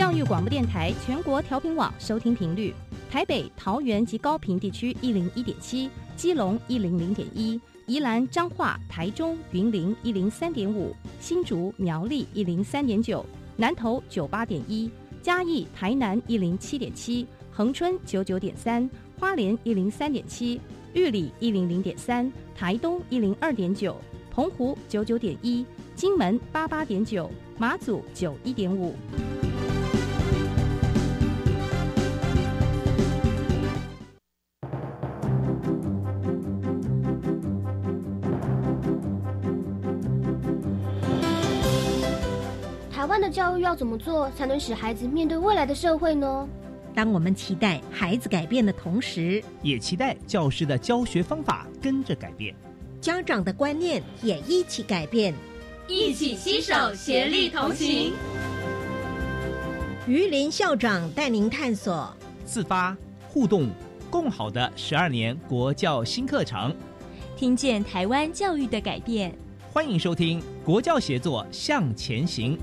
教育广播电台全国调频网收听频率：台北、桃园及高屏地区101.7，基隆100.1，宜兰、彰化、台中、云林103.5，新竹、苗栗103.9，南投98.1，嘉义、台南107.7，恒春99.3，花莲103.7，玉里100.3，台东102.9，澎湖99.1，金门88.9，马祖91.5。 台湾的教育要怎么做才能使孩子面对未来的社会呢？ 当我们期待孩子改变的同时， 也期待教师的教学方法跟着改变， 家长的观念也一起改变， 一起携手协力同行。 于林校长带您探索自发互动共好的12年国教新课程， 听见台湾教育的改变。 欢迎收听国教协作向前行。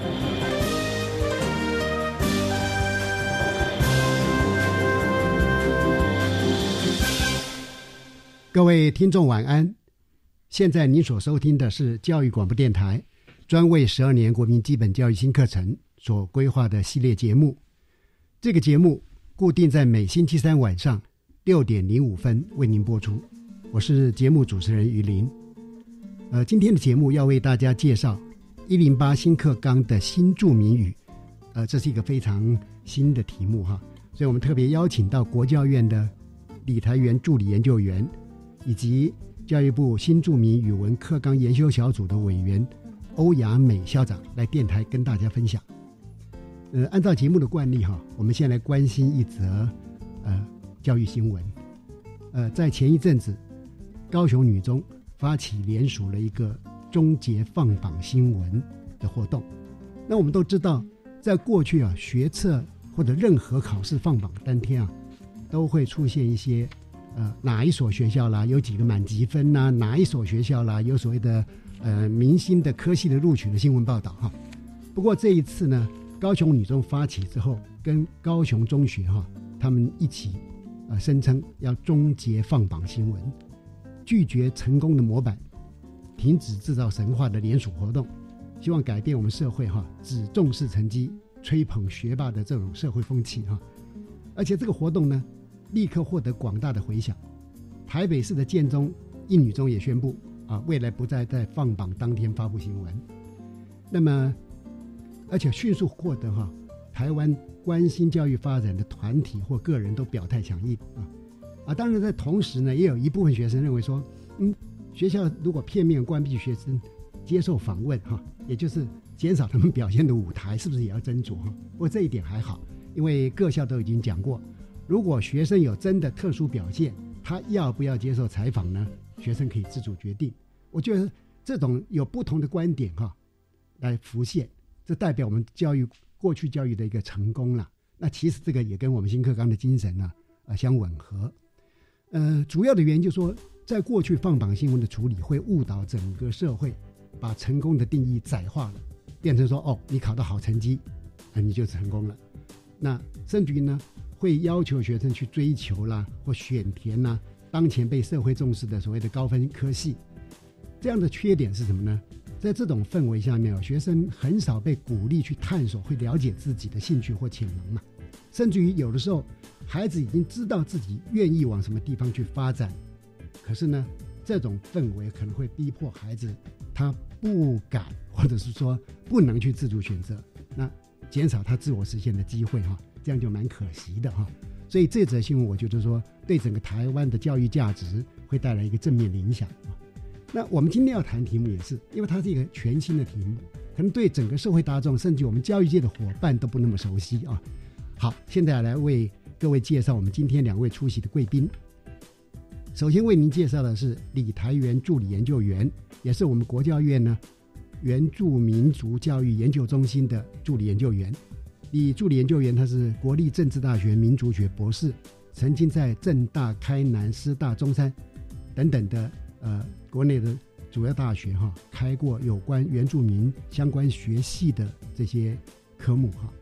各位听众晚安，现在您所收听的是教育广播电台专为12年国民基本教育新课程所规划的系列节目。这个节目固定在每星期三晚上6点05分为您播出，我是节目主持人于林。今天的节目要为大家介绍108新课纲的新住民语，这是一个非常新的题目哈，所以我们特别邀请到国教院的李台元助理研究员，以及教育部新住民语文课纲研修小组的委员欧雅美校长来电台跟大家分享。按照节目的惯例哈，我们先来关心一则教育新闻。在前一阵子，高雄女中发起联署了一个终结放榜新闻的活动。那我们都知道，在过去啊，学测或者任何考试放榜当天啊，都会出现一些哪一所学校啦有几个满级分啦，哪一所学校啦有所谓的明星的科系的录取的新闻报道哈。不过这一次呢，高雄女中发起之后，跟高雄中学哈他们一起声称要终结放榜新闻，拒绝成功的模板，停止制造神话的联署活动，希望改变我们社会哈只重视成绩、吹捧学霸的这种社会风气哈。而且这个活动呢，立刻获得广大的回响。台北市的建中一女中也宣布未来不再在放榜当天发布新闻。那么，而且迅速获得台湾关心教育发展的团体或个人都表态响应当然在同时呢，也有一部分学生认为说，学校如果片面关闭学生接受访问也就是减少他们表现的舞台，是不是也要斟酌不过这一点还好，因为各校都已经讲过，如果学生有真的特殊表现，他要不要接受采访呢？学生可以自主决定。我觉得这种有不同的观点来浮现，这代表我们过去教育的一个成功了。那其实这个也跟我们新课纲的精神相吻合。主要的原因就是说，在过去放榜新闻的处理会误导整个社会，把成功的定义窄化了，变成说你考到好成绩你就成功了。那甚至于呢，会要求学生去追求啦或选填啦当前被社会重视的所谓的高分科系。这样的缺点是什么呢？在这种氛围下面学生很少被鼓励去探索，会了解自己的兴趣或潜能嘛。甚至于有的时候孩子已经知道自己愿意往什么地方去发展，可是呢，这种氛围可能会逼迫孩子他不敢或者是说不能去自主选择，那减少他自我实现的机会这样就蛮可惜的所以这则新闻我觉得说对整个台湾的教育价值会带来一个正面的影响那我们今天要谈题目也是因为它是一个全新的题目，可能对整个社会大众甚至我们教育界的伙伴都不那么熟悉好，现在来为各位介绍我们今天2位出席的贵宾。首先为您介绍的是李台元助理研究员，也是我们国教院呢原住民族教育研究中心的助理研究员。李助理研究员他是国立政治大学民族学博士，曾经在政大、开南、师大、中山等等的国内的主要大学开过有关原住民相关学系的这些科目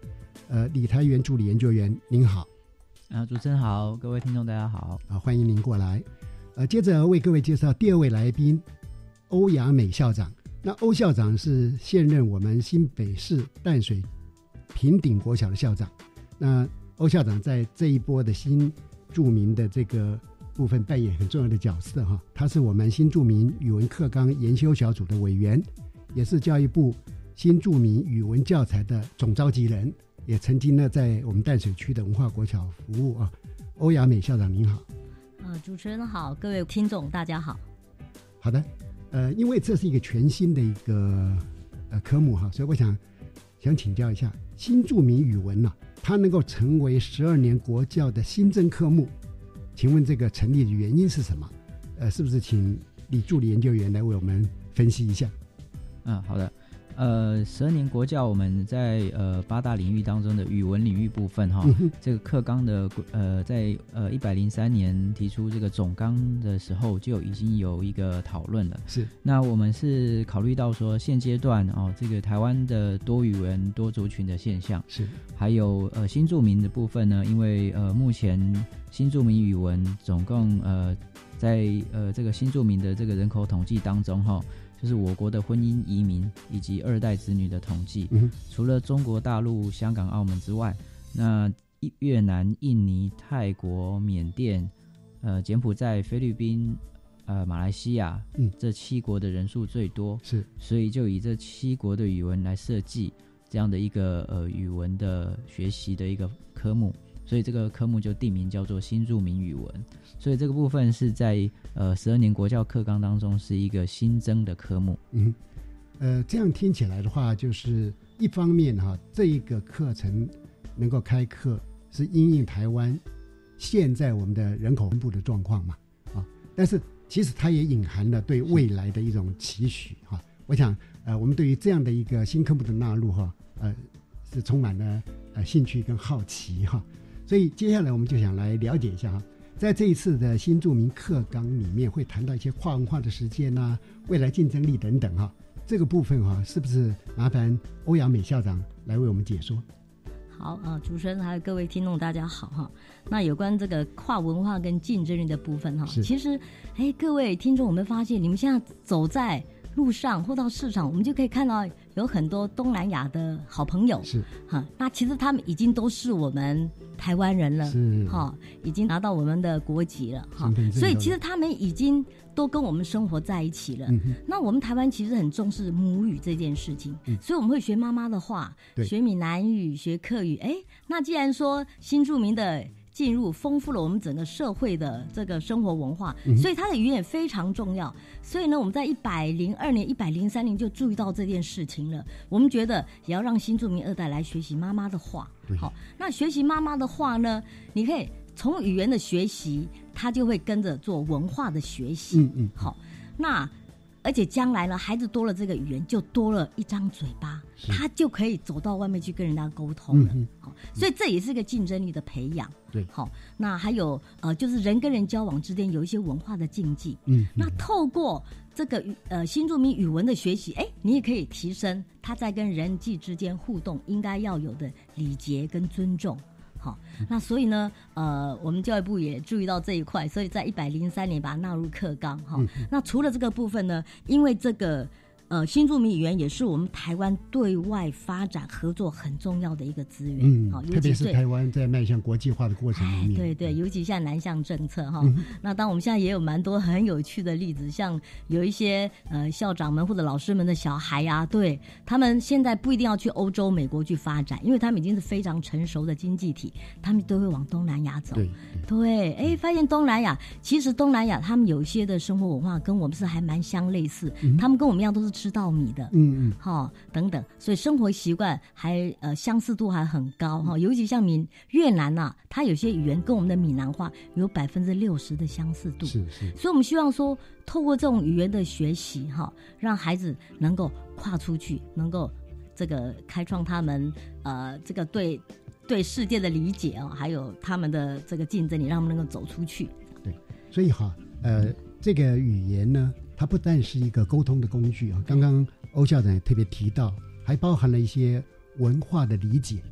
李台元助理研究员，您好。 主持人好，各位听众大家好。 欢迎您过来。接着为各位介绍第二位来宾，欧雅美校长。那欧校长是现任我们新北市淡水平顶国小的校长。那欧校长在这一波的新住民的这个部分扮演很重要的角色哈，他是我们新住民语文课纲研修小组的委员，也是教育部新住民语文教材的总召集人，也曾经呢在我们淡水区的文化国小服务啊。欧雅美校长您好。 主持人好，各位听众大家好。 好的，因为这是一个全新的一个科目哈，所以我想请教一下，新住民语文呢，它能够成为12年国教的新增科目，请问这个成立的原因是什么？是不是请李助理研究员来为我们分析一下？ 好的。12年国教我们在8大领域当中的语文领域部分哈，这个课纲的在103年提出这个总纲的时候就已经有一个讨论了。 是。那我们是考虑到说现阶段这个台湾的多语文多族群的现象， 是， 还有新住民的部分呢，因为目前新住民语文总共在这个新住民的这个人口统计当中哈。就是我国的婚姻移民以及2代子女的统计，除了中国大陆、香港、澳门之外，那越南、印尼、泰国、缅甸、柬埔寨、菲律宾、马来西亚，这7国的人数最多， 是， 所以就以这7国的语文来设计这样的一个语文的学习的一个科目。所以这个科目就定名叫做新住民语文，所以这个部分是在12年国教课纲当中是一个新增的科目。 这样听起来的话，就是一方面哈，这一个课程能够开课是因应台湾现在我们的人口分布的状况嘛，但是其实它也隐含了对未来的一种期许哈。我想我们对于这样的一个新科目的纳入哈，是充满了兴趣跟好奇哈。所以接下来我们就想来了解一下哈，在这一次的新住民课纲里面会谈到一些跨文化的实践啊，未来竞争力等等哈，这个部分哈，是不是麻烦欧雅美校长来为我们解说？ 好主持人还有各位听众大家好哈。那有关这个跨文化跟竞争力的部分哈，其实各位听众，我们发现你们现在走在路上或到市场，我们就可以看到有很多东南亚的好朋友， 是那其实他们已经都是我们台湾人了， 是已经拿到我们的国籍了所以其实他们已经都跟我们生活在一起了。那我们台湾其实很重视母语这件事情，所以我们会学妈妈的话，学闽南语，学客语。那既然说新住民的进入丰富了我们整个社会的这个生活文化，所以它的语言也非常重要。所以呢，我们在102年、103年就注意到这件事情了。我们觉得也要让新住民2代来学习妈妈的话。好，那学习妈妈的话呢，你可以从语言的学习，它就会跟着做文化的学习。好，那而且将来呢，孩子多了这个语言，就多了一张嘴巴，他就可以走到外面去跟人家沟通了。所以这也是个竞争力的培养。 对， 好，那还有就是人跟人交往之间有一些文化的禁忌。那透过这个新住民语文的学习，你也可以提升他在跟人际之间互动应该要有的礼节跟尊重。好，那所以呢，我们教育部也注意到这一块，所以在103年把它纳入课纲哈。那除了这个部分呢，因为这个新住民语言也是我们台湾对外发展合作很重要的一个资源。 特别是台湾在迈向国际化的过程里面， 对，尤其像南向政策哈。那当我们现在也有蛮多很有趣的例子，像有一些校长们或者老师们的小孩啊，对他们现在不一定要去欧洲、美国去发展，因为他们已经是非常成熟的经济体，他们都会往东南亚走。对，发现东南亚其实东南亚他们有一些的生活文化跟我们是还蛮相类似，他们跟我们一样都是吃稻米的，等等，所以生活习惯还相似度还很高尤其像越南啊，它有些语言跟我们的闽南话有60%的相似度， 是， 所以我们希望说，透过这种语言的学习让孩子能够跨出去，能够这个开创他们这个对世界的理解还有他们的这个竞争力，让他们能够走出去。 对，所以这个语言呢，它不但是一个沟通的工具刚刚欧校长也特别提到，还包含了一些文化的理解。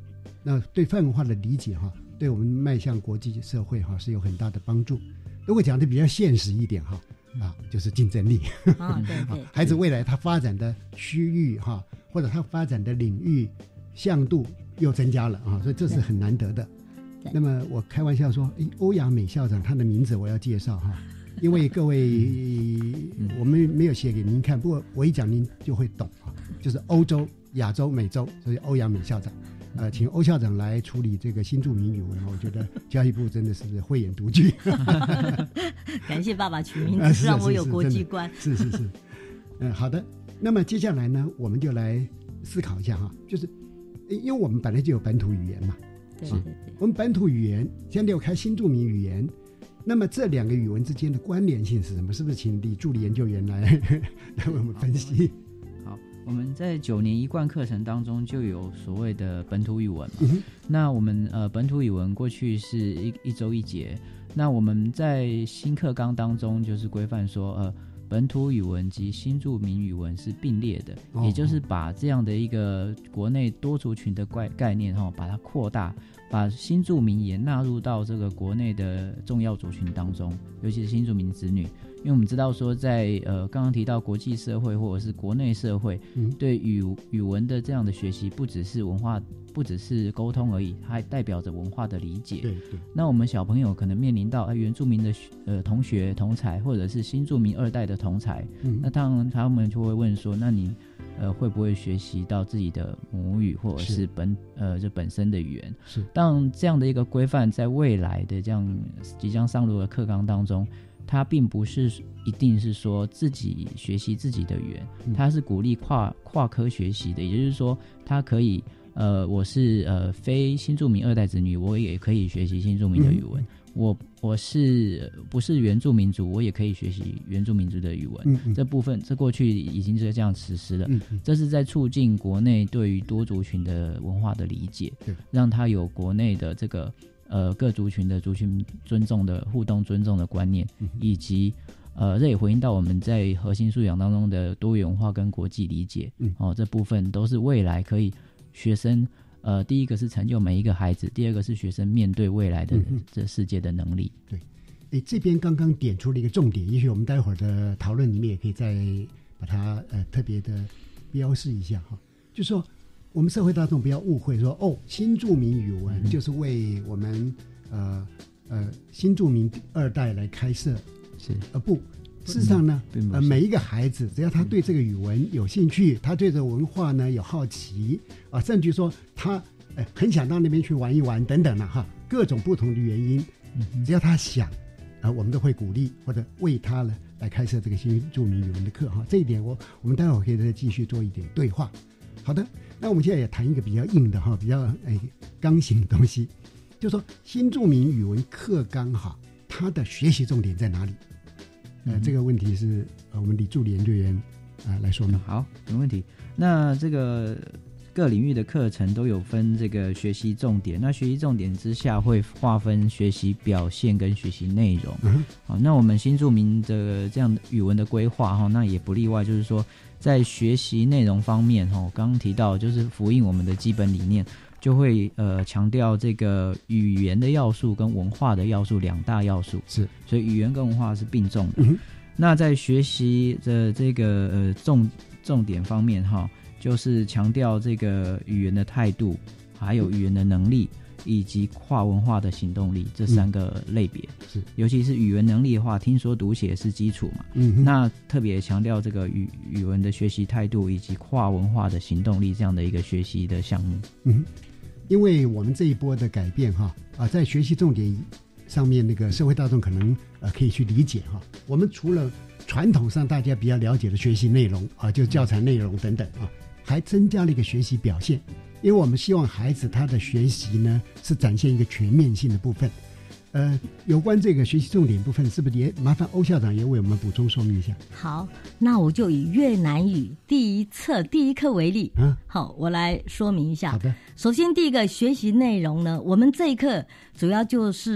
那对泛文化的理解哈，对我们迈向国际社会哈是有很大的帮助。如果讲的比较现实一点哈，就是竞争力。 对， 孩子未来他发展的区域哈，或者他发展的领域向度又增加了啊，所以这是很难得的。那么我开玩笑说，欧阳美校长他的名字我要介绍哈，因为各位我们没有写给您看，不过我一讲您就会懂啊，就是欧洲、亚洲、美洲，所以欧阳美校长。请欧校长来处理这个新著名语文，我觉得教育部真的是慧眼独具。 感谢爸爸取名字，让我有国际观。 是。好的。那么接下来呢，我们就来思考一下哈，就是因为我们本来就有本土语言嘛， 对， 我们本土语言现在有开新著名语言，那么这两个语文之间的关联性是什么？是不是请李助理研究员来为我们分析？ 我们在9年一贯课程当中就有所谓的本土语文嘛，那我们本土语文过去是一周一节，那我们在新课纲当中就是规范说本土语文及新著名语文是并列的，也就是把这样的一个国内多族群的概念把它扩大，把新住民也纳入到这个国内的重要族群当中，尤其是新住民子女。因为我们知道说在刚刚提到国际社会或者是国内社会，对语文的这样的学习不只是文化，不只是沟通而已，它还代表着文化的理解。 对。 那我们小朋友可能面临到原住民的同学同儕，或者是新住民2代的同儕，那当然他们就会问说，那你会不会学习到自己的母语或者是就本身的语言？ 是。 当这样的一个规范在未来的这样即将上路的课纲当中，它并不是一定是说自己学习自己的语言，它是鼓励跨科学习的，也就是说，它可以我是非新住民2代子女，我也可以学习新住民的语文。我是不是原住民族，我也可以学习原住民族的语文。这部分这过去已经是这样实施了。这是在促进国内对于多族群的文化的理解，让它有国内的这个各族群的族群尊重的互动尊重的观念，以及这也回应到我们在核心素养当中的多元文化跟国际理解。这部分都是未来可以学生第一个是成就每一个孩子，第二个是学生面对未来的这世界的能力。 对，这边刚刚点出了一个重点，也许我们待会儿的讨论里面也可以再把它特别的标示一下哈，就是说我们社会大众不要误会说新著名语文就是为我们新著名2代来开设， 是不，事实上呢每一个孩子只要他对这个语文有兴趣，他对这个文化呢有好奇甚至说他很想到那边去玩一玩等等哈，各种不同的原因，只要他想我们都会鼓励或者为他呢来开设这个新著名语文的课哈。这一点我们待会儿可以再继续做一点对话。好的，那我们现在也谈一个比较硬的哈，比较刚性的东西，就是说新著名语文课纲哈，它的学习重点在哪里？这个问题是我们李助理研究员来说明。 好，没问题。那这个各领域的课程都有分这个学习重点，那学习重点之下会划分学习表现跟学习内容。好，那我们新著名的这样的语文的规划那也不例外，就是说在学习内容方面刚刚提到就是符应我们的基本理念，就会强调这个语言的要素跟文化的要素2大要素， 是， 所以语言跟文化是并重的。那在学习的这个重点方面就是强调这个语言的态度，还有语言的能力，以及跨文化的行动力这3个类别。 是， 尤其是语言能力的话，听说读写是基础嘛。那特别强调这个语文的学习态度以及跨文化的行动力这样的一个学习的项目。 因为我们这一波的改变在学习重点上面，那个社会大众可能可以去理解我们除了传统上大家比较了解的学习内容就教材内容等等还增加了一个学习表现，因为我们希望孩子他的学习呢是展现一个全面性的部分。有关这个学习重点部分，是不是也麻烦欧校长也为我们补充说明一下？ 好，那我就以越南语第一课为例。好，我来说明一下。 好的。 首先第一个学习内容呢，我们这一课主要就是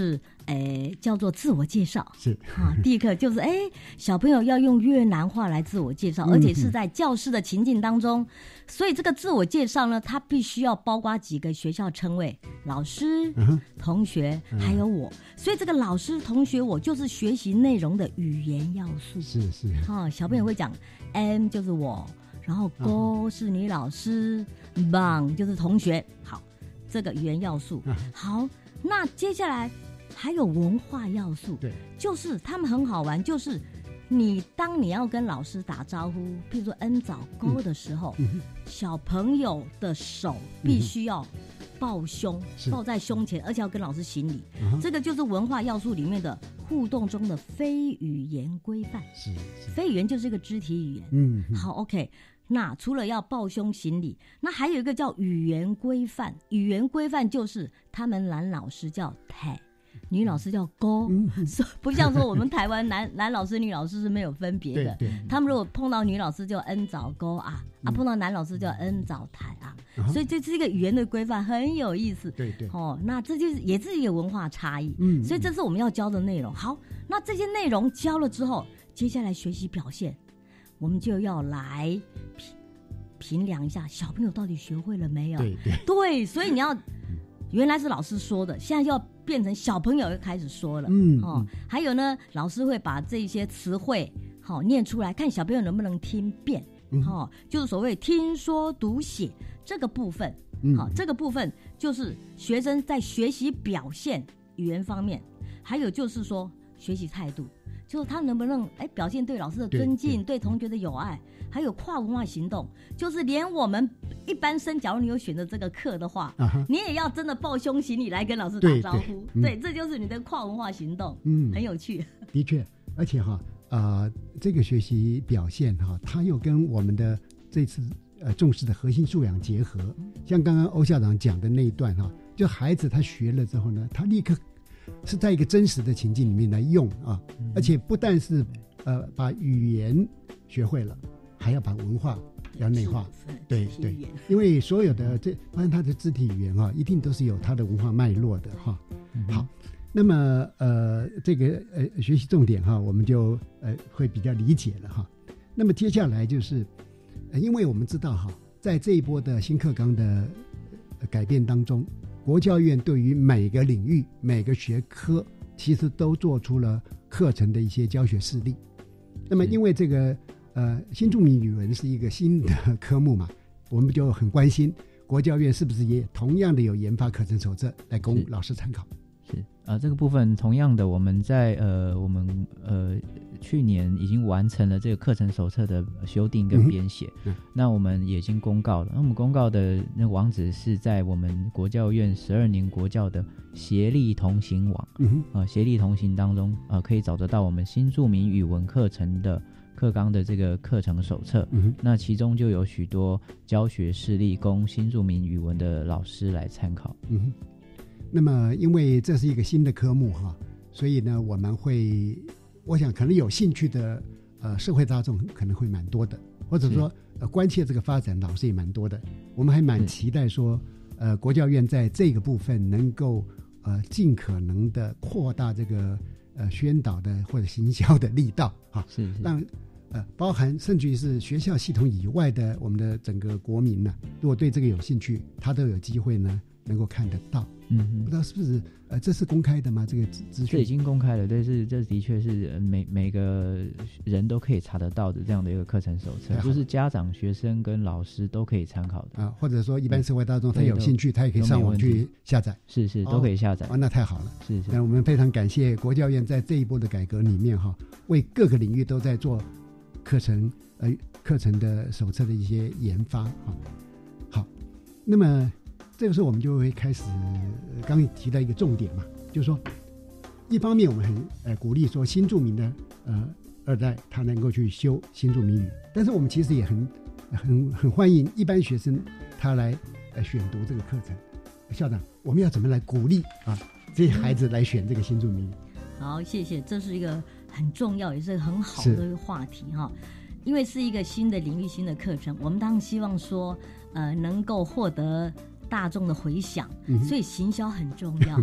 叫做自我介绍。 是第一课就是小朋友要用越南话来自我介绍，而且是在教室的情境当中，所以这个自我介绍呢，它必须要包括几个学校称谓，老师、同学还有我，所以这个老师、同学、我就是学习内容的语言要素。 是小朋友会讲 M 就是我，然后 Go 是女老师，Bang 就是同学。好，这个语言要素。好，那接下来还有文化要素。 对， 就是他们很好玩，就是当你要跟老师打招呼，譬如说 N 早 Go 的时候，小朋友的手必须要抱胸，抱在胸前，而且要跟老师行礼。这个就是文化要素里面的互动中的非语言规范。是非语言就是一个肢体语言。好 OK。那除了要抱胸行礼，那还有一个叫语言规范。语言规范就是他们男老师叫太，女老师叫勾，不像说我们台湾男老师女老师是没有分别的。对，他们如果碰到女老师就 N 早勾啊，碰到男老师叫 N 早台啊。所以这是一个语言的规范，很有意思。对，那这就是也是一个文化差异。所以这是我们要教的内容。好，那这些内容教了之后，接下来学习表现，我们就要来评量一下小朋友到底学会了没有。对，所以你要原来是老师说的，现在要变成小朋友又开始说了。还有呢，老师会把这些词汇念出来，看小朋友能不能听辨。就是所谓听说读写这个部分。这个部分就是学生在学习表现语言方面，还有就是说学习态度，就是他能不能表现对老师的尊敬，对同学的友爱，还有跨文化行动，就是连我们一般生，假如你有选择这个课的话，你也要真的抱胸行礼来跟老师打招呼。对，这就是你的跨文化行动。很有趣。的确， 而且这个学习表现它又跟我们的这次重视的核心素养结合。像刚刚欧校长讲的那一段就孩子他学了之后呢，他立刻是在一个真实的情境里面来用而且不但是把语言学会了，还要把文化要内化。对，因为所有的包括他的肢体语言一定都是有他的文化脉络的好，那么这个学习重点我们就会比较理解了那么接下来就是因为我们知道在这一波的新课纲的改变当中，国教院对于每个领域每个学科其实都做出了课程的一些教学示例。那么因为这个新住民语文是一个新的科目嘛，我们就很关心国教院是不是也同样的有研发课程手册来供老师参考。 是这个部分同样的，我们在我们去年已经完成了这个课程手册的修订跟编写。那我们也已经公告了，那我们公告的那个网址是在我们国教院12年国教的协力同行网。协力同行当中可以找得到我们新住民语文课程的课纲的这个课程手册。那其中就有许多教学示例供新住民语文的老师来参考。 那么因为这是一个新的科目所以呢我们会，我想可能有兴趣的社会大众可能会蛮多的，或者说关切这个发展老师也蛮多的。我们还蛮期待说国教院在这个部分能够尽可能的扩大这个宣导的或者行销的力道让包含甚至于是学校系统以外的我们的整个国民呢，如果对这个有兴趣，他都有机会呢能够看得到。不知道是不是这是公开的吗？这个资讯这已经公开了，对，这的确是每个人都可以查得到的这样的一个课程手册，就是家长、学生跟老师都可以参考的或者说一般社会大众他有兴趣，他也可以上网去下载。 是都可以下载。 那太好了。 是。 那我们非常感谢国教院在这一波的改革里面为各个领域都在做课程的手册的一些研发好，那么这个时候我们就会开始刚刚提到一个重点嘛，就是说一方面我们很鼓励说新住民的二代他能够去修新住民语，但是我们其实也很欢迎一般学生他来选读这个课程。校长，我们要怎么来鼓励这些孩子来选这个新住民语？ 好，谢谢，这是一个很重要也是很好的一个话题因为是一个新的领域新的课程，我们当然希望说能够获得大众的回响，所以行销很重要。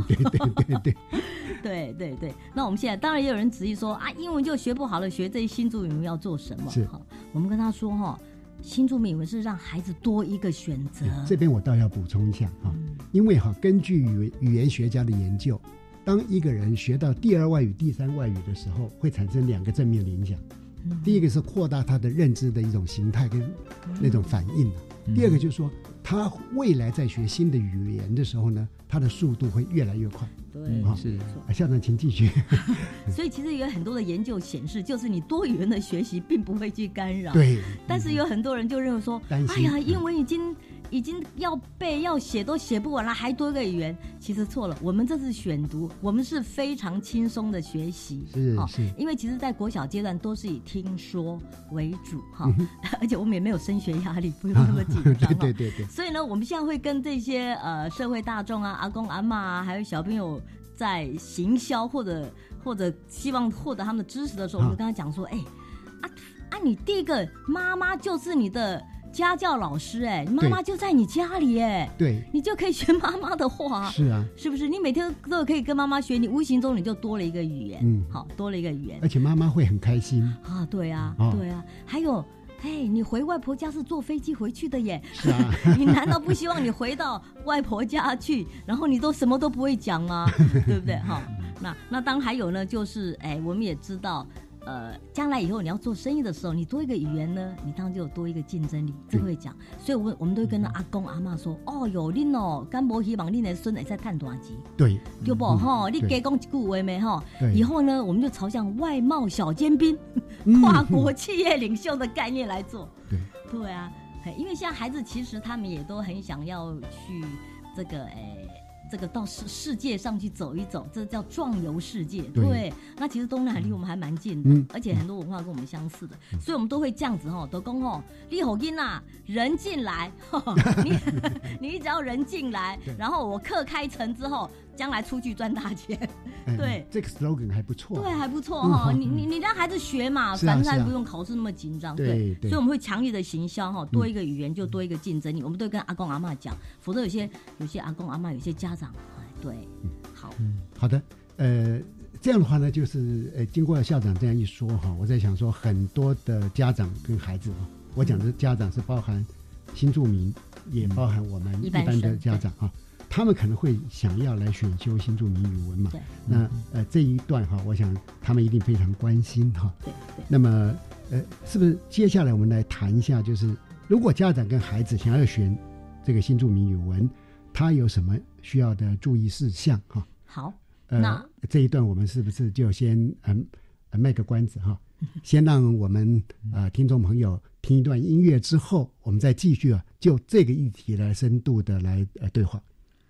对。那我们现在当然也有人质疑说啊，英文就学不好了，学这些新住民要做什么？ 是， 我们跟他说新住民是让孩子多一个选择。 这边我倒要补充一下因为根据语言学家的研究，当一个人学到第二外语、第三外语的时候，会产生2个正面的影响。第一个是扩大他的认知的一种形态跟那种反应第二个就是说，他未来在学新的语言的时候呢，他的速度会越来越快。 对， 是校长请继续。 所以其实有很多的研究显示，就是你多语言的学习并不会去干扰。 对， 但是有很多人就认为说，哎呀，英文已经要背要写都写不完了，还多一个语言。其实错了，我们这是选读，我们是非常轻松的学习。 是， 因为其实在国小阶段都是以听说为主而且我们也没有升学压力，不用那么紧张。 对。 所以呢，我们现在会跟这些社会大众阿公阿嬷还有小朋友在行销或者希望获得他们的支持的时候，我们跟他讲说，你第一个妈妈就是你的家教老师妈妈就在你家里对， 你就可以学妈妈的话。是啊， 是不是？你每天都可以跟妈妈学，你无形中你就多了一个语言。好，多了一个语言， 而且妈妈会很开心啊。对啊，对啊，还有。你回外婆家是坐飞机回去的耶？ 是啊， 你难道不希望你回到外婆家去，然后你都什么都不会讲吗？对不对？那当然还有呢，就是我们也知道，将来以后你要做生意的时候，你多一个语言呢，你当然就有多一个竞争力，这个会讲。所以我们都会跟阿公阿嬷说，恁敢无希望恁的孙会使赚大钱？对不？你加讲一句话没以后呢，我们就朝向外贸小尖兵、跨国企业领袖的概念来做。对啊，因为现在孩子其实他们也都很想要去这个到世界上去走一走，这叫壮游世界。对，那其实东南亚离我们还蛮近的，而且很多文化跟我们相似的，所以我们都会这样子都讲你好囡啊，人进来，你只要人进来，然后我课开成之后，将来出去赚大钱。对， 这个 slogan 还不错。 对，还不错你让孩子学嘛，反正他不用考试那么紧张。对，所以我们会强力的行销多一个语言就多一个竞争力。我们都会跟阿公阿嬷讲，否则有些阿公阿嬷有些家长。对， 好的，这样的话呢，就是经过校长这样一说我在想说，很多的家长跟孩子我讲的家长是包含新住民，也包含我们一般的家长他们可能会想要来选修新住民语文嘛。那这一段我想他们一定非常关心对。那么是不是接下来我们来谈一下，就是如果家长跟孩子想要选这个新住民语文，他有什么需要的注意事项好， 那这一段我们是不是就先卖个关子先让我们听众朋友听一段音乐之后，我们再继续就这个议题来深度的来对话。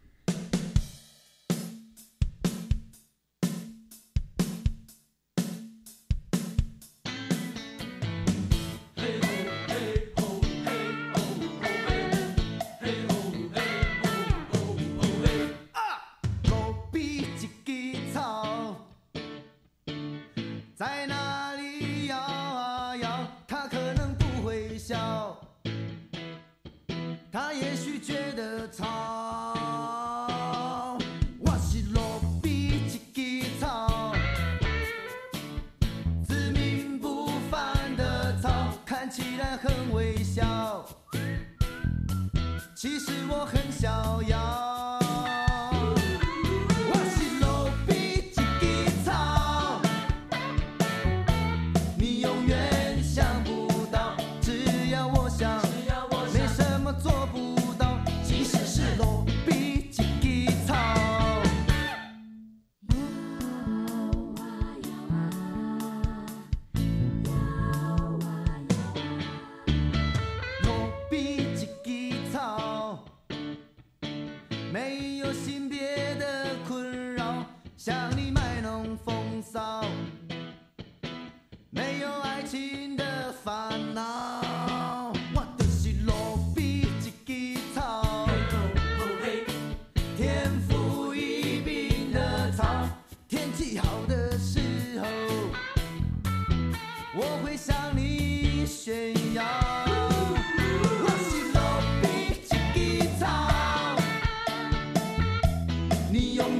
其实我很逍遥。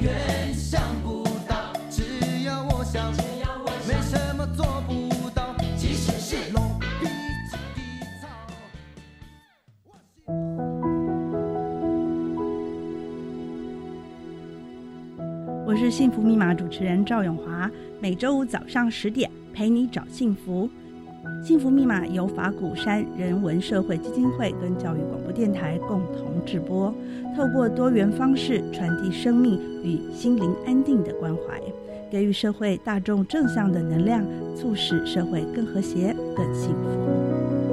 远想不到，只要我想，没什么做不到，即使是龙鼻子的草。 我是幸福密码主持人赵永华，每周五早上10点陪你找幸福。幸福密码由法鼓山人文社会基金会跟教育广播电台共同制播，透过多元方式传递生命与心灵安定的关怀，给予社会大众正向的能量，促使社会更和谐更幸福。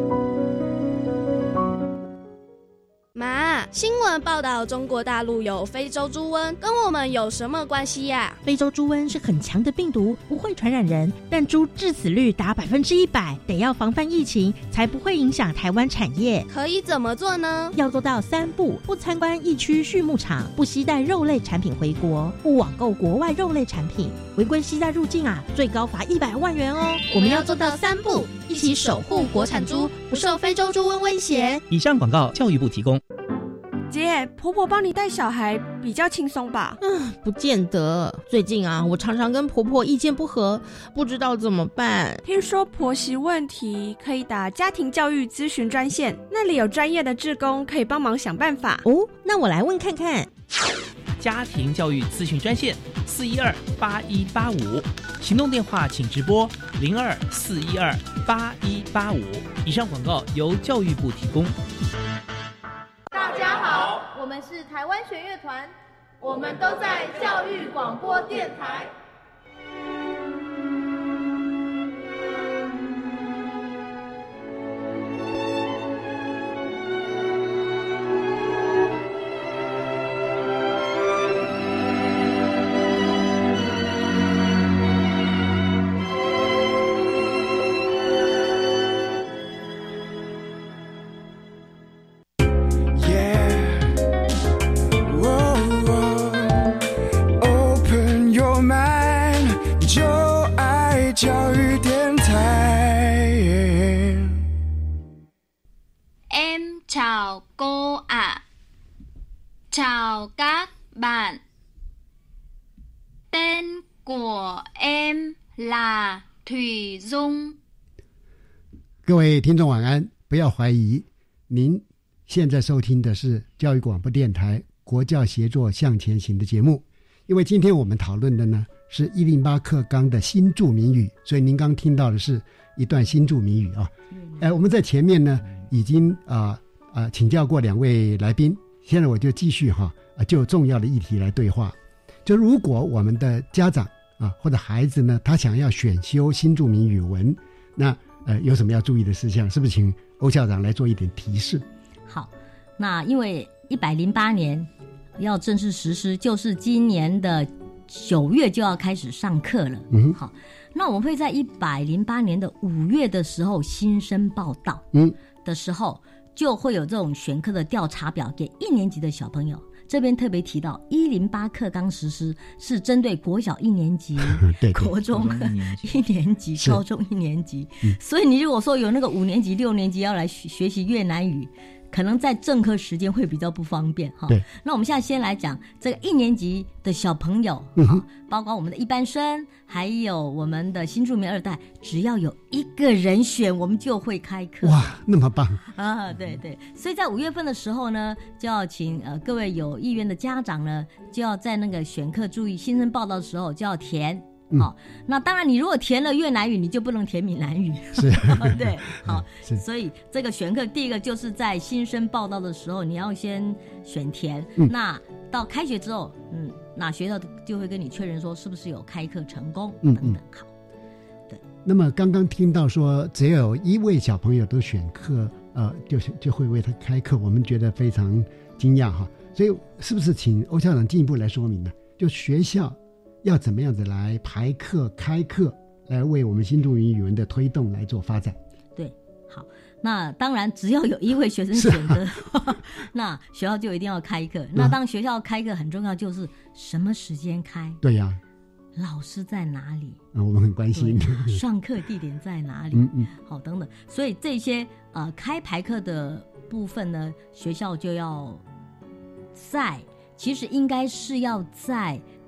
妈，新闻报道中国大陆有非洲猪瘟，跟我们有什么关系呀？ 非洲猪瘟是很强的病毒，不会传染人，但猪致死率达100%，得要防范疫情，才不会影响台湾产业。 可以怎么做呢？ 要做到3不：不参观疫区畜牧场，不携带肉类产品回国，不网购国外肉类产品。违规携带入境最高罚100万元哦。 我们要做到3不，一起守护国产猪，不受非洲猪瘟威胁。 以上广告，教育部提供。 姐，婆婆帮你带小孩比较轻松吧？ 不见得。最近我常常跟婆婆意见不合，不知道怎么办。 听说婆媳问题可以打家庭教育咨询专线，那里有专业的志工可以帮忙想办法。 哦，那我来问看看。 家庭教育咨询专线4128185，行动电话请直拨02-412-8185。以上广告由教育部提供。 大家好，我们是台湾弦乐团，我们都在教育广播电台。 教育电台。 Em chào cô ạ. Chào các bạn. Tên của em là Thủy Dung。 各位听众晚安，不要怀疑，您现在收听的是教育广播电台国教协作向前行的节目。因为今天我们讨论的呢是108课纲的新住民语，所以您刚听到的是一段新住民语啊。我们在前面呢已经请教过2位来宾，现在我就继续就重要的议题来对话。就如果我们的家长或者孩子呢，他想要选修新住民语文，那有什么要注意的事项？是不是请欧校长来做一点提示？ 好，那因为108年要正式实施，就是今年的9月就要开始上课了。好，那我们会在108年的5月的时候新生报到的时候，就会有这种选课的调查表给1年级的小朋友。这边特别提到108课纲实施是针对国小1年级对国中1年级高中1年级所以你如果说有那个5年级6年级要来学习越南语，可能在正课时间会比较不方便哈。那我们现在先来讲这个1年级的小朋友，包括我们的一般生，还有我们的新住民2代，只要有1个人选，我们就会开课。 哇，那么棒啊！对对，所以在5月份的时候呢，就要请各位有意愿的家长呢，就要在那个选课注意新生报到的时候就要填。好，那当然你如果填了越南语，你就不能填闽南语。 是对，好，所以这个选课第一个就是在新生报到的时候你要先选填，那到开学之后那学校就会跟你确认说是不是有开课成功等等。好，对。 那么刚刚听到说只要有1位小朋友都选课就会为他开课，我们觉得非常惊讶哈。所以是不是请欧校长进一步来说明呢？就学校要怎么样子来排课开课，来为我们新住民语文的推动来做发展？对， 好，那当然只要有1位学生选择那学校就一定要开课。那当学校开课很重要，就是什么时间开？ 对呀， 老师在哪里？ 我们很关心上课地点在哪里？好，等等。所以这些开排课的部分呢，学校就要其实应该是要在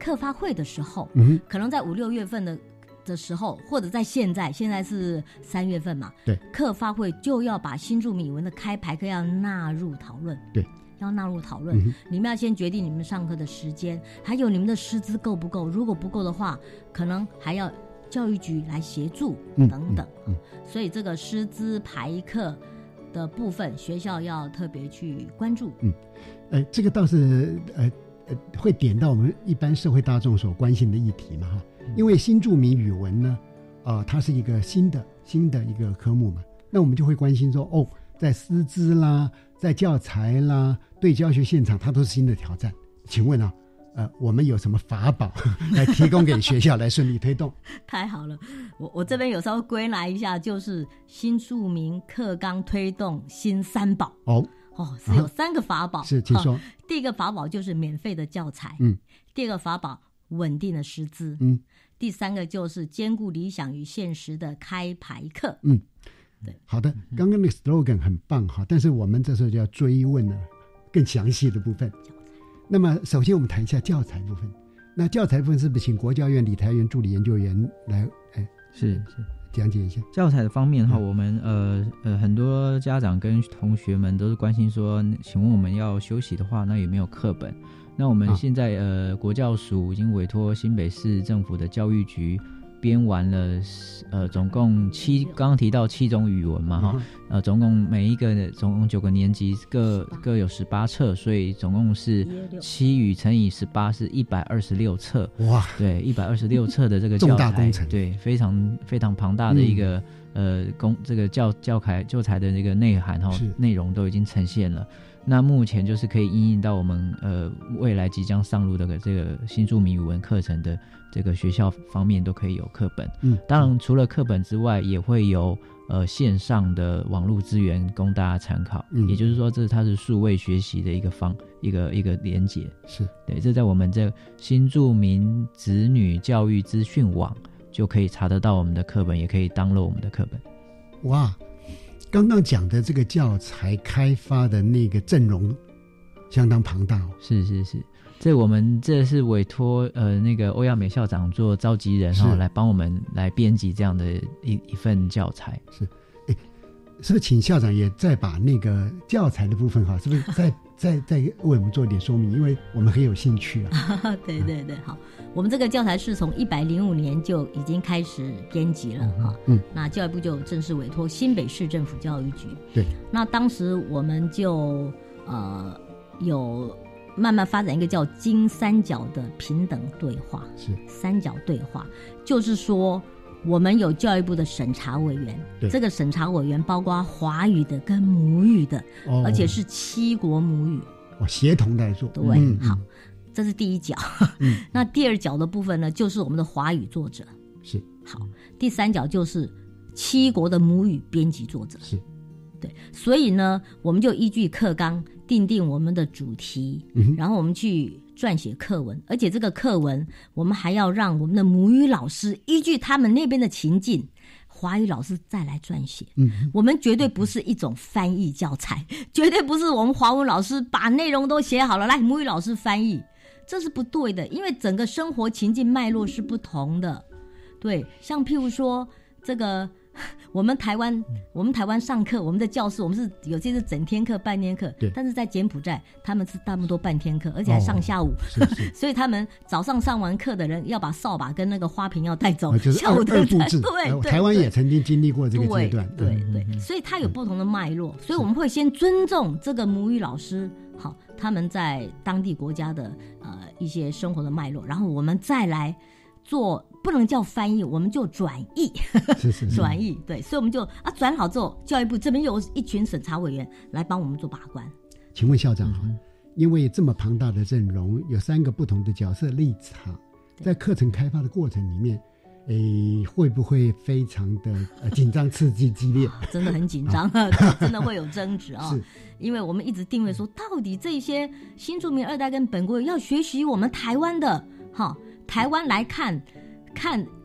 课发会的时候，可能在5、6月份的时候，或者在现在是3月份嘛， 对， 课发会就要把新住民语文的开排课要纳入讨论， 对， 要纳入讨论，你们要先决定你们上课的时间，还有你们的师资够不够，如果不够的话，可能还要教育局来协助等等，所以这个师资排课的部分，学校要特别去关注。 这个倒是会点到我们一般社会大众所关心的议题嘛哈。因为新住民语文呢，它是一个新的一个科目嘛，那我们就会关心说，在师资啦，在教材啦，对教学现场，它都是新的挑战。请问啊，我们有什么法宝来提供给学校来顺利推动？ 太好了，我这边有稍微归纳一下，就是新住民课纲推动新3宝。是有3个法宝。 是，请说。 第一个法宝就是免费的教材，第二个法宝稳定的师资，第3个就是兼顾理想与现实的开排课。 对，好的，刚刚那个 slogan 很棒哈，但是我们这时候就要追问了更详细的部分。那么首先我们谈一下教材部分，那教材部分是不是请国教院李台元助理研究员来是讲解一下教材的方面哈？我们很多家长跟同学们都是关心说，请问我们要休息的话，那有没有课本？那我们现在国教署已经委托新北市政府的教育局编完了总共刚刚提到7种语文嘛哈，总共每一个总共9个年级各有18册，所以总共是7语乘以18是126册。哇，对，126册的这个教材，重大工程，对，非常非常庞大的一个这个教材的这个内涵哈，内容都已经呈现了。那目前就是可以因应到我们未来即将上路的这个新住民语文课程的这个学校方面都可以有课本。当然除了课本之外，也会有线上的网络资源供大家参考。也就是说，它是数位学习的一个连结。是，对，这在我们这新住民子女教育资讯网就可以查得到我们的课本，也可以download我们的课本。 哇！刚刚讲的这个教材开发的那个阵容相当庞大。是， 我们这是委托那个欧亚美校长做召集人来帮我们来编辑这样的一份教材。 是不是请校长也再把那个教材的部分是不是再为我们做一点说明，因为我们很有兴趣啊。 对，好，我们这个教材是从105年就已经开始编辑了哈。那教育部就正式委托新北市政府教育局。对，那当时我们就有慢慢发展一个叫金三角的平等对话。是3角对话，就是说我们有教育部的审查委员，这个审查委员包括华语的跟母语的，而且是7国母语， 协同来做。 对，好，这是第一角。那第2角的部分呢，就是我们的华语作者。是，好，第3角就是7国的母语编辑作者。是，对，所以呢，我们就依据课纲定我们的主题，然后我们去撰写课文，而且这个课文我们还要让我们的母语老师依据他们那边的情境，华语老师再来撰写。我们绝对不是一种翻译教材，绝对不是我们华文老师把内容都写好了，来母语老师翻译，这是不对的，因为整个生活情境脉络是不同的。对，像譬如说这个我们台湾上课，我们的教室，我们是有些是整天课、半天课，但是在柬埔寨他们是大部分都半天课，而且还上下午，所以他们早上上完课的人要把扫把跟那个花瓶要带走， 就是二布置。对，台湾也曾经经历过这个阶段。 对，所以它有不同的脉络，所以我们会先尊重这个母语老师，好，他们在当地国家的一些生活的脉络，然后我们再来做，不能叫翻译，我们就转译。转译，对，所以我们就转好之后，教育部这边有一群审查委员来帮我们做把关。 请问校长，因为这么庞大的阵容，有3个不同的角色立场，在课程开发的过程里面，会不会非常的紧张、刺激、激烈？ 真的很紧张，真的会有争执啊。因为我们一直定位说，到底这些新住民2代跟本国语要学习我们台湾的，台湾来看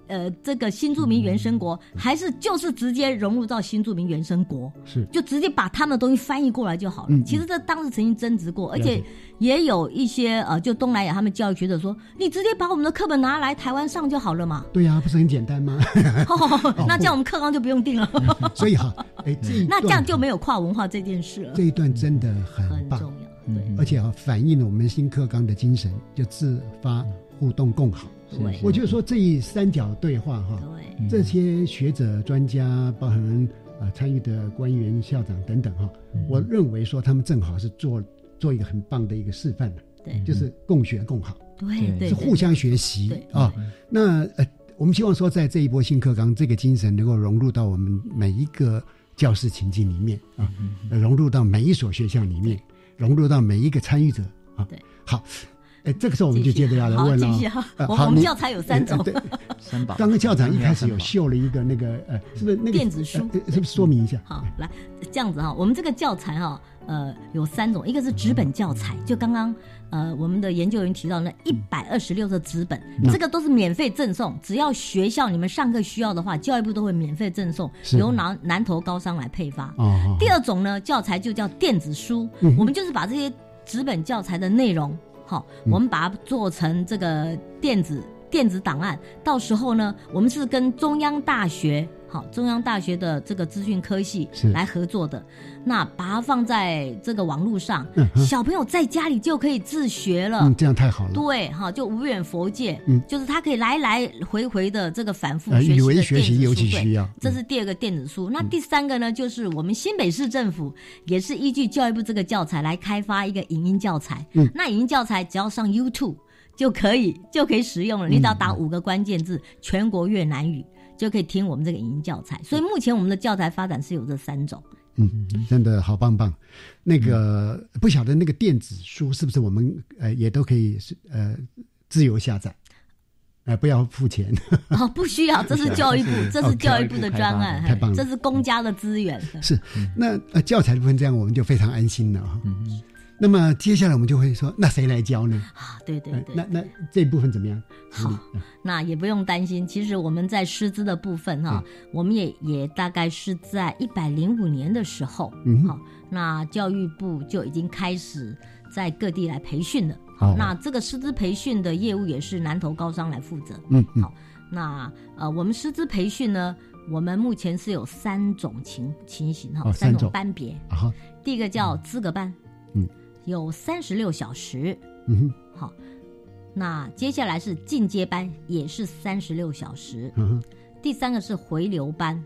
这个新住民原生国，还是就是直接融入到新住民原生国， 是就直接把他们的东西翻译过来就好了。其实这当时曾经争执过，而且也有一些就东南亚他们教育学者说，你直接把我们的课本拿来台湾上就好了嘛。 对啊，不是很简单吗？ 那这样我们课纲就不用定了。 所以那这样就没有跨文化这件事了。 这一段真的很棒， 重要，对， 而且反映了我们新课纲的精神，就自发、互动、共好。我就说这三角对话这些学者、专家，包含参与的官员、校长等等我认为说他们正好是做一个很棒的一个示范对， 就是共学共好， 对， 是互相学习啊。那我们希望说，在这一波新课纲，这个精神能够融入到我们每一个教室情境里面融入到每一所学校里面，融入到每一个参与者对， 好。这个时候我们就接着要来问了。 我们教材有3种。 3宝。 刚刚校长一开始有秀了一个那个是不是那个电子书？ 是不是说明一下？ 好，来这样子我们这个教材有3种，一个是纸本教材，就刚刚我们的研究员提到那126个纸本，这个都是免费赠送，只要学校你们上课需要的话，教育部都会免费赠送，由南投高商来配发。第2种呢，教材就叫电子书，我们就是把这些纸本教材的内容。我们把它做成这个电子档案，到时候呢，我们是跟中央大学的这个资讯科系来合作的，那把它放在这个网络上，小朋友在家里就可以自学了。 这样太好了。 对，就无远弗届，就是他可以来来回回的这个反复学习的语文学习尤其需要。 这是第2个电子书。那第3个呢，就是我们新北市政府也是依据教育部这个教材来开发一个影音教材。那影音教材只要上 YouTube 就可以使用了，你只要打5个关键字全国越南语，就可以听我们这个影音教材。所以目前我们的教材发展是有这3种。 真的好棒棒。那个不晓得那个电子书是不是我们也都可以自由下载？不要付钱。 不需要，这是教育部，这是教育部的专案， 太棒了， 这是公家的资源。 是，那教材的部分这样我们就非常安心了那么接下来我们就会说，那谁来教呢？ 对， 那这一部分怎么样？ 好，那也不用担心。其实我们在师资的部分我们也大概是在105年的时候，那教育部就已经开始在各地来培训了。那这个师资培训的业务也是南投高商来负责。好，那我们师资培训呢，我们目前是有3种情形3种班别。第一个叫资格班。有36小时。好，那接下来是进阶班，也是36小时。第3个是回流班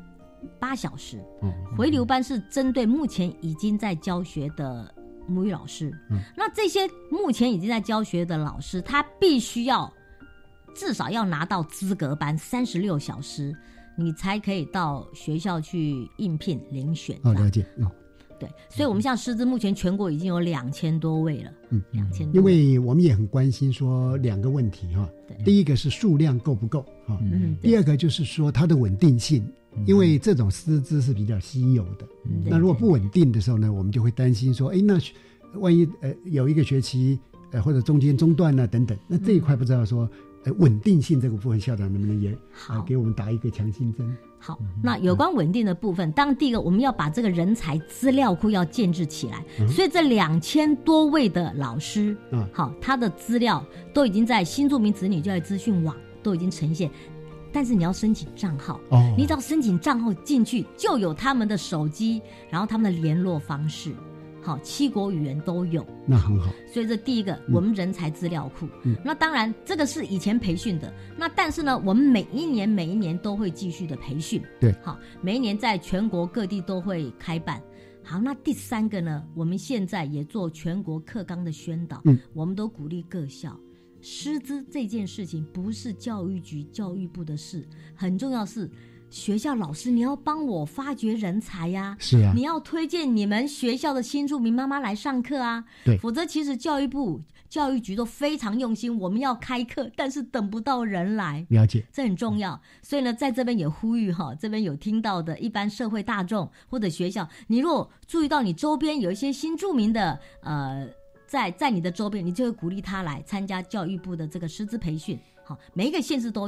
，8小时。回流班是针对目前已经在教学的母语老师。那这些目前已经在教学的老师，他必须要至少要拿到资格班36小时，你才可以到学校去应聘遴选。 了解。 对，所以我们像师资目前全国已经有2000多位了。2000多位。 因为我们也很关心说2个问题第一个是数量够不够第2个就是说它的稳定性，因为这种师资是比较稀有的。那如果不稳定的时候呢，我们就会担心说，那万一有一个学期或者中间中断等等，那这一块不知道说稳定性这个部分，校长能不能也给我们打一个强心针？ 好，那有关稳定的部分，当然第一个我们要把这个人才资料库要建制起来，所以这2000多位的老师，好，他的资料都已经在新住民子女教育资讯网都已经呈现，但是你要申请账号，你只要申请账号进去，就有他们的手机，然后他们的联络方式。好，7国语言都有， 那很好。 所以这第一个，我们人才资料库。那当然，这个是以前培训的。那但是呢，我们每一年都会继续的培训。 对， 好，每一年在全国各地都会开办。好，那第3个呢，我们现在也做全国课纲的宣导。我们都鼓励各校，师资这件事情不是教育局、教育部的事，很重要是。学校老师，你要帮我发掘人才呀！ 是啊， 你要推荐你们学校的新住民妈妈来上课啊！ 对， 否则其实教育部、教育局都非常用心，我们要开课，但是等不到人来。 了解，这很重要。所以呢，在这边也呼吁这边有听到的一般社会大众或者学校，你如果注意到你周边有一些新住民的在你的周边，你就会鼓励他来参加教育部的这个师资培训。好，每一个县市都有。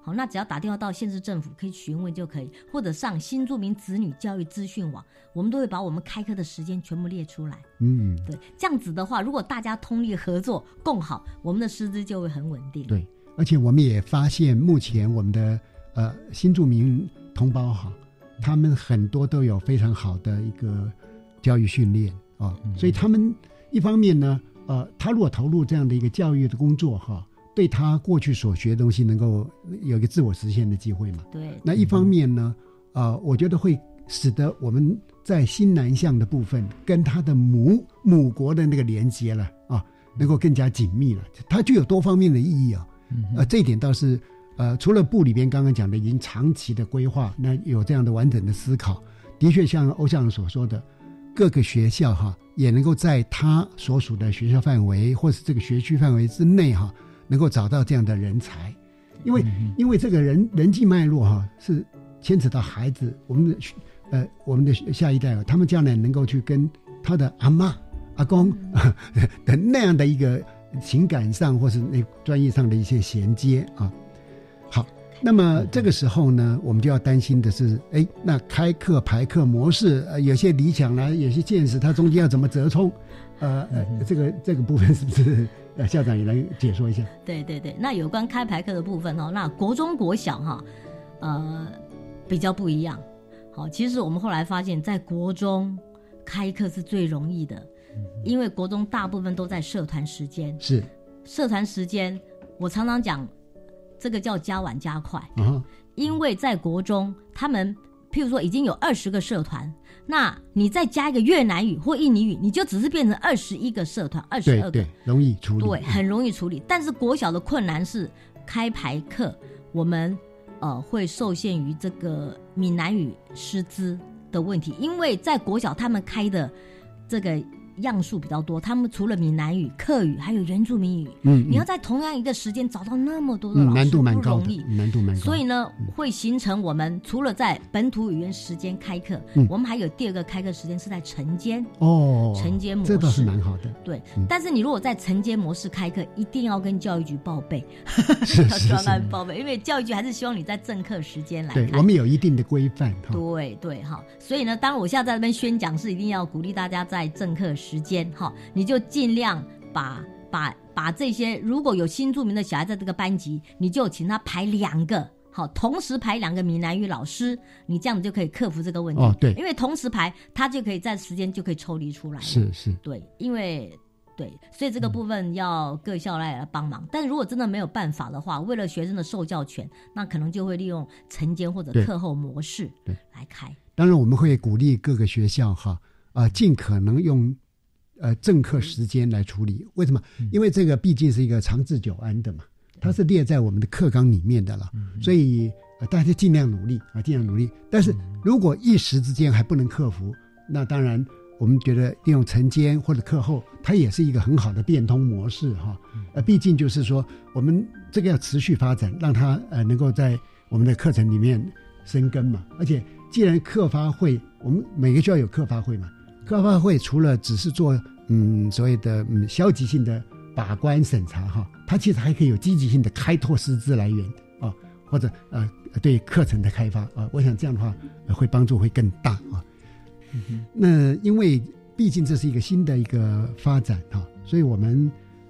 好，那只要打电话到县市政府可以询问就可以，或者上新住民子女教育资讯网，我们都会把我们开课的时间全部列出来。对，这样子的话，如果大家通力合作共好，我们的师资就会很稳定。 对，而且我们也发现目前我们的新住民同胞哈，他们很多都有非常好的一个教育训练所以他们一方面呢他如果投入这样的一个教育的工作哈，对他过去所学的东西能够有一个自我实现的机会嘛。 对。 那一方面呢我觉得会使得我们在新南向的部分跟他的母国的那个连接了能够更加紧密了，它具有多方面的意义这一点倒是除了部里边刚刚讲的已经长期的规划，那有这样的完整的思考，的确像欧校长所说的，各个学校也能够在他所属的学校范围或是这个学区范围之内能够找到这样的人才，因为这个人际脉络是牵扯到孩子，我们的下一代他们将来能够去跟他的阿嬷阿公的那样的一个情感上或是那专业上的一些衔接好，那么这个时候呢，我们就要担心的是那开课排课模式有些理想啦，有些见识，它中间要怎么折冲这个部分是不是校长也来解说一下？ 对对对，那有关开排课的部分那国中国小比较不一样。好，其实我们后来发现在国中开课是最容易的，因为国中大部分都在社团时间。 是社团时间，我常常讲这个叫加晚加快因为在国中他们譬如说已经有20个社团，那你再加一个越南语或印尼语，你就只是变成21个社团，22个。 对，容易处理。 对，很容易处理。但是国小的困难是开排课，我们会受限于这个闽南语师资的问题，因为在国小他们开的这个样数比较多，他们除了闽南语、客语还有原住民语你要在同样一个时间找到那么多的老师难度蛮高的， 不容易， 难度蛮高。 所以呢会形成我们除了在本土语言时间开课我们还有第二个开课时间是在晨间晨间模式， 这倒是蛮好的。 对但是你如果在晨间模式开课，一定要跟教育局报备要专案报备，因为教育局还是希望你在正课时间来开。 对，我们有一定的规范对对所以呢当然我现在在那边宣讲是一定要鼓励大家在正课时间你就尽量把这些，如果有新住民的小孩在这个班级，你就请他排2个同时排2个闽南语老师，你这样就可以克服这个问题对， 因为同时排他就可以在时间就可以抽离出来了。 是对，因为对，所以这个部分要各校来帮忙但是如果真的没有办法的话，为了学生的受教权，那可能就会利用晨间或者课后模式来开。 当然我们会鼓励各个学校尽可能用正课时间来处理。为什么？因为这个毕竟是一个长治久安的嘛，它是列在我们的课纲里面的了所以大家尽量努力尽量努力。但是如果一时之间还不能克服，那当然我们觉得利用晨间或者课后，它也是一个很好的变通模式毕竟就是说我们这个要持续发展，让它能够在我们的课程里面生根嘛。而且既然课发会，我们每个学校有课发会嘛，课发会除了只是做所谓的消极性的把关审查它其实还可以有积极性的开拓师资来源或者对课程的开发我想这样的话会帮助会更大那因为毕竟这是一个新的一个发展所以我们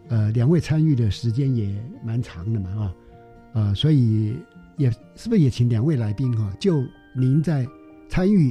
2位参与的时间也蛮长的嘛所以也是不是也请2位来宾就您在参与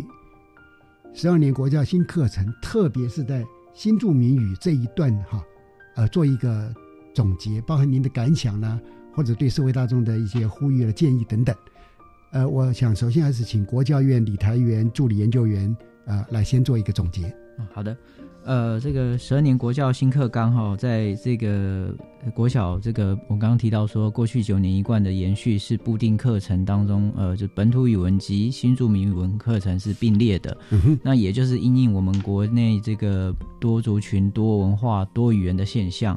12年国教新课程，特别是在新住民语这一段做一个总结，包含您的感想啦，或者对社会大众的一些呼吁的建议等等。我想首先还是请国教院李台元助理研究员来先做一个总结。 好的，这个12年国教新课纲在这个国小这个我刚刚提到说，过去9年一贯的延续是固定课程当中就本土语文及新住民语文课程是并列的那也就是因应我们国内这个多族群多文化多语言的现象，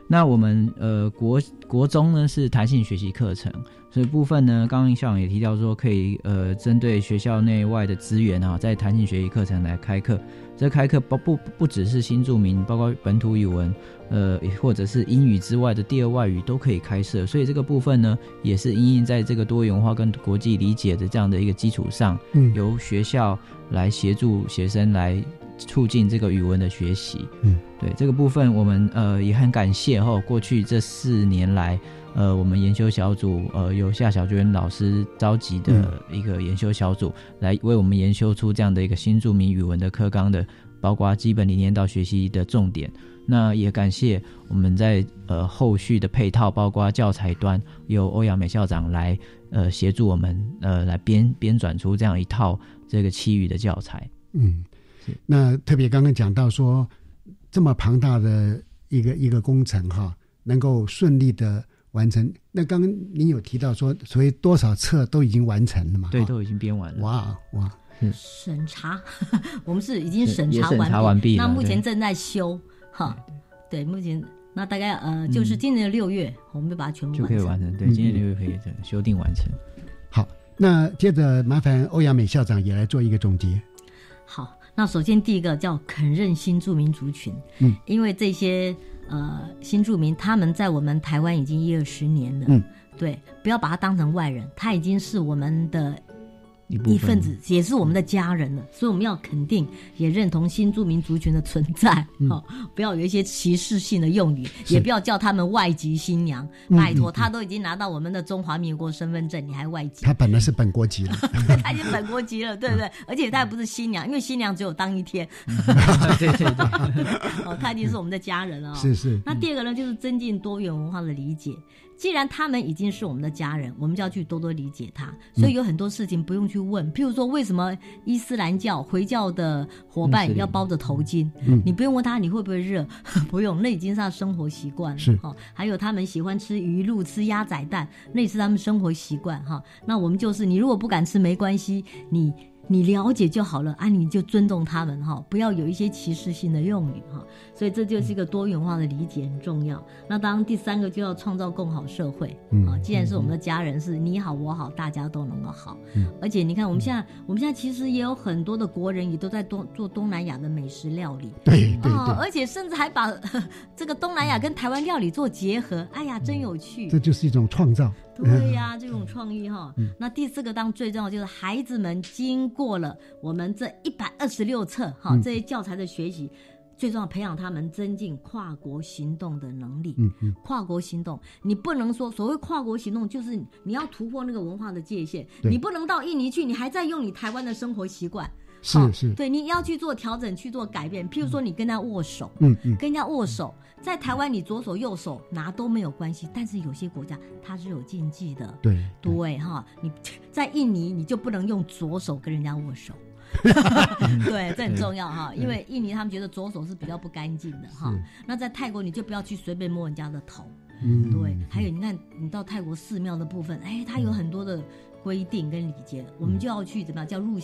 那我们国中呢是弹性学习课程，所以部分呢，刚刚校长也提到说，可以针对学校内外的资源啊，在弹性学习课程来开课。这开课不只是新住民，包括本土语文，或者是英语之外的第二外语都可以开设。所以这个部分呢，也是因应在这个多元化跟国际理解的这样的一个基础上，由学校来协助学生来促进这个语文的学习。对这个部分，我们也很感谢过去这4年来，我们研修小组由夏小娟老师召集的一个研修小组，来为我们研修出这样的一个新住民语文的课纲的，包括基本理念到学习的重点。那也感谢我们在后续的配套，包括教材端，由欧阳美校长来协助我们来编转出这样一套这个7语的教材。 那特别刚刚讲到说，这么庞大的一个工程能够顺利的完成。那刚刚您有提到说，所以多少册都已经完成了嘛？ 对，都已经编完了。 哇！ 审查，我们是已经审查完毕了。 那目前正在修对，目前那大概就是今年的6月，我们就把它全部就可以完成。对，今年6月可以修订完成。 好，那接着麻烦欧阳美校长也来做一个总结。 好，那首先第一个叫肯认新住民族群，因为这些新住民他们在我们台湾已经10-20年了，对，不要把他当成外人，他已经是我们的一份子，也是我们的家人了，所以我们要肯定也认同新住民族群的存在，不要有一些歧视性的用语，也不要叫他们外籍新娘，拜托，他都已经拿到我们的中华民国身份证，你还外籍？ 他本来是本国籍了， 他已经本国籍了，对不对？而且他也不是新娘，因为新娘只有当1天， 对， 他已经是我们的家人了。 是。 那第二个呢，就是增进多元文化的理解。既然他们已经是我们的家人，我们就要去多多理解他，所以有很多事情不用去问，譬如说为什么伊斯兰教回教的伙伴要包着头巾，你不用问他你会不会热，不用，那已经是他的生活习惯了。还有他们喜欢吃鱼露吃鸭仔蛋，那也是他们生活习惯。那我们就是你如果不敢吃没关系，你了解就好了啊，你就尊重他们不要有一些歧视性的用语所以这就是一个多元化的理解很重要。那当然第3个就要创造更好社会既然是我们的家人，是你好我好大家都能够好。而且你看我们现在其实也有很多的国人也都在做东南亚的美食料理， 对， 而且甚至还把这个东南亚跟台湾料理做结合，哎呀真有趣， 这就是一种创造。 对呀，这种创意那第4个当然最重要就是孩子们经过了我们这126册这些教材的学习，最重要培养他们增进跨国行动的能力。跨国行动你不能说所谓跨国行动就是你要突破那个文化的界限，你不能到印尼去你还在用你台湾的生活习惯， 是对，你要去做调整去做改变。譬如说你跟他握手，跟人家握手，在台湾你左手右手拿都没有关系，但是有些国家它是有禁忌的。 对你在印尼你就不能用左手跟人家握手对，这很重要因为印尼他们觉得左手是比较不干净的那在泰国你就不要去随便摸人家的头。对，还有你看你到泰国寺庙的部分，它有很多的规定跟礼节，我们就要去怎么样叫入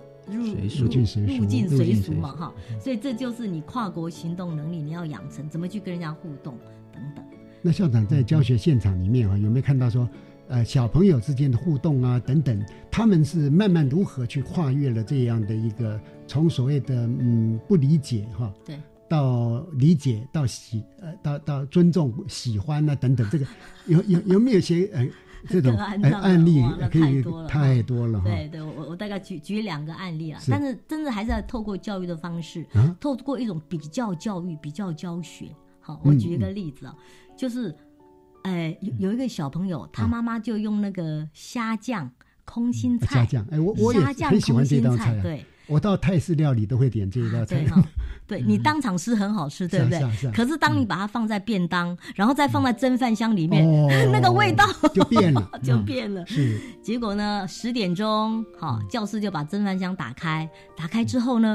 境随俗嘛所以这就是你跨国行动能力你要养成，怎么去跟人家互动等等。 那校长在教学现场里面有没有看到说小朋友之间的互动啊等等，他们是慢慢如何去跨越了这样的一个从所谓的不理解对到理解到尊重喜欢啊等等，这个有没有些这种案例可以太多了对，我大概举2个案例但是真的还是要透过教育的方式透过一种比较教育比较教学。我举一个例子就是有一个小朋友他妈妈就用那个虾酱空心菜， 虾酱我也很喜欢这道菜对，我到泰式料理都会点这一道菜对你当场吃很好吃对不对可是当你把它放在便当然后再放在蒸饭箱里面那个味道就变了就变了是。 结果呢10点钟教室就把蒸饭箱打开之后呢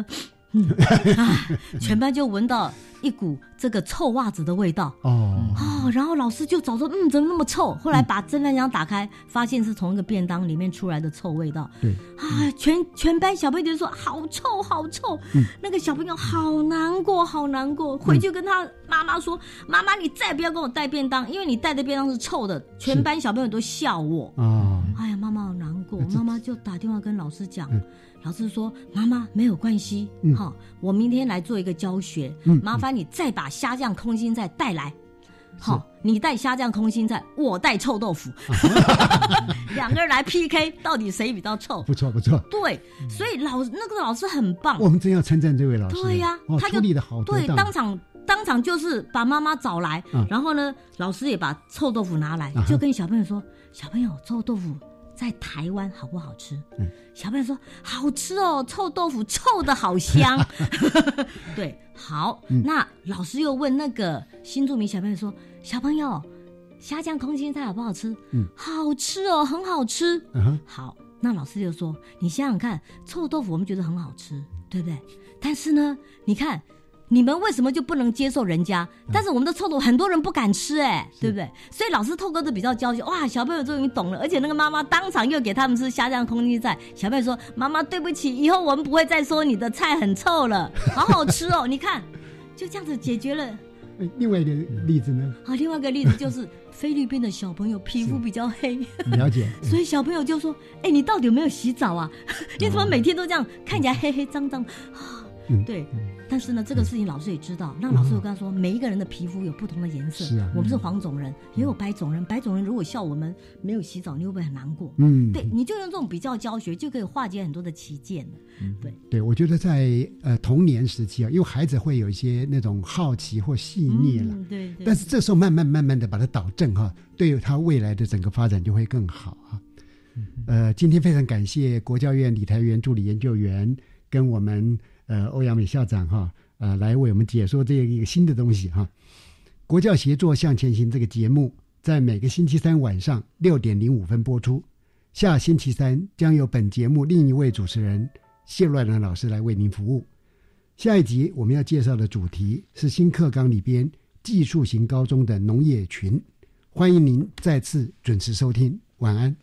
全班就闻到一股这个臭袜子的味道然后老师就找说怎么那么臭，后来把蒸饭箱打开，发现是从一个便当里面出来的臭味道。 对全班小朋友就说好臭好臭，那个小朋友好难过好难过，回去跟他妈妈说，妈妈你再不要跟我带便当，因为你带的便当是臭的，全班小朋友都笑我哎呀，妈妈好难过，妈妈就打电话跟老师讲，老师说妈妈没有关系我明天来做一个教学，麻烦你再把虾酱空心菜带来，你带虾酱空心菜，我带臭豆腐两个人来 PK 到底谁比较臭。 不错不错， 对，所以那个老师很棒， 我们真要称赞这位老师。 对呀他就处理得好得当， 对，当场就是把妈妈找来然后呢老师也把臭豆腐拿来就跟小朋友说，小朋友臭豆腐在台湾好不好吃？小朋友说好吃哦，臭豆腐臭的好香对，好那老师又问那个新住民小朋友说，小朋友虾酱空心菜好不好吃？好吃哦，很好吃好，那老师就说，你想想看，臭豆腐我们觉得很好吃，对不对？但是呢你看你们为什么就不能接受人家？但是我们的臭豆腐很多人不敢吃对不对？所以老师透过这比较教学，哇，小朋友终于懂了，而且那个妈妈当场又给他们吃虾酱空心菜，小朋友说，妈妈对不起，以后我们不会再说你的菜很臭了，好好吃哦你看就这样子解决了。 另外一个例子呢？ 另外一个例子就是菲律宾的小朋友皮肤比较黑， 了解所以小朋友就说，你到底有没有洗澡啊？你怎么每天都这样看起来黑黑脏脏对，但是呢这个事情老师也知道，那老师有跟他说，每一个人的皮肤有不同的颜色，我们是黄种人也有白种人，白种人如果笑我们没有洗澡，你会不会很难过？对，你就用这种比较教学就可以化解很多的歧见了。对， 我觉得在童年时期因为孩子会有一些那种好奇或细腻了对， 但是这时候慢慢的把它导正对他未来的整个发展就会更好今天非常感谢国教院李台元助理研究员跟我们欧阳美校长来为我们解说这一个新的东西国教协作向前行这个节目在每个星期三晚上6点05分播出，下星期三将由本节目另一位主持人谢瑞兰老师来为您服务。下一集我们要介绍的主题是新课纲里边技术型高中的农业群，欢迎您再次准时收听，晚安。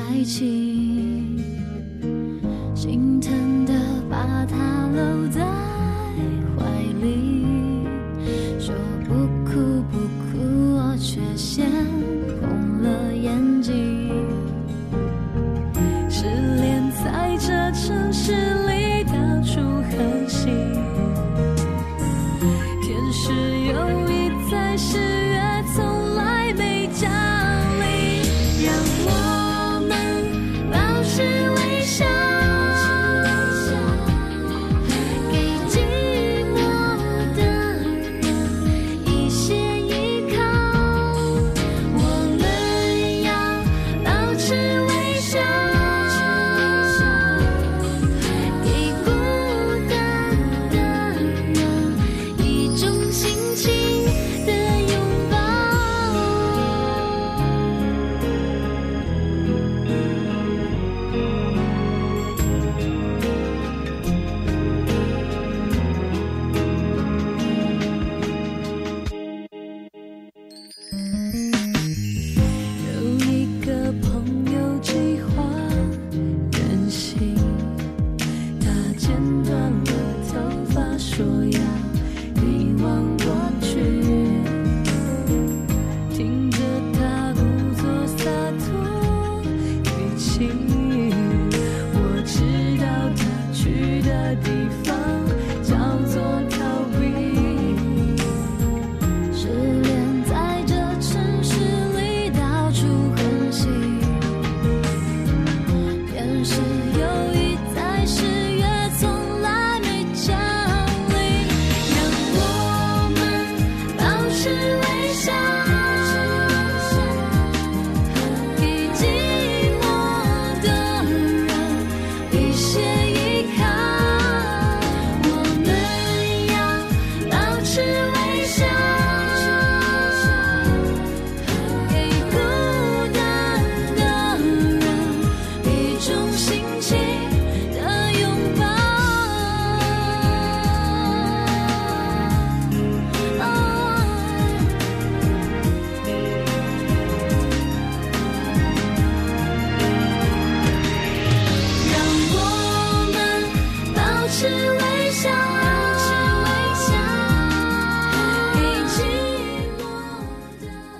心疼的把它搂在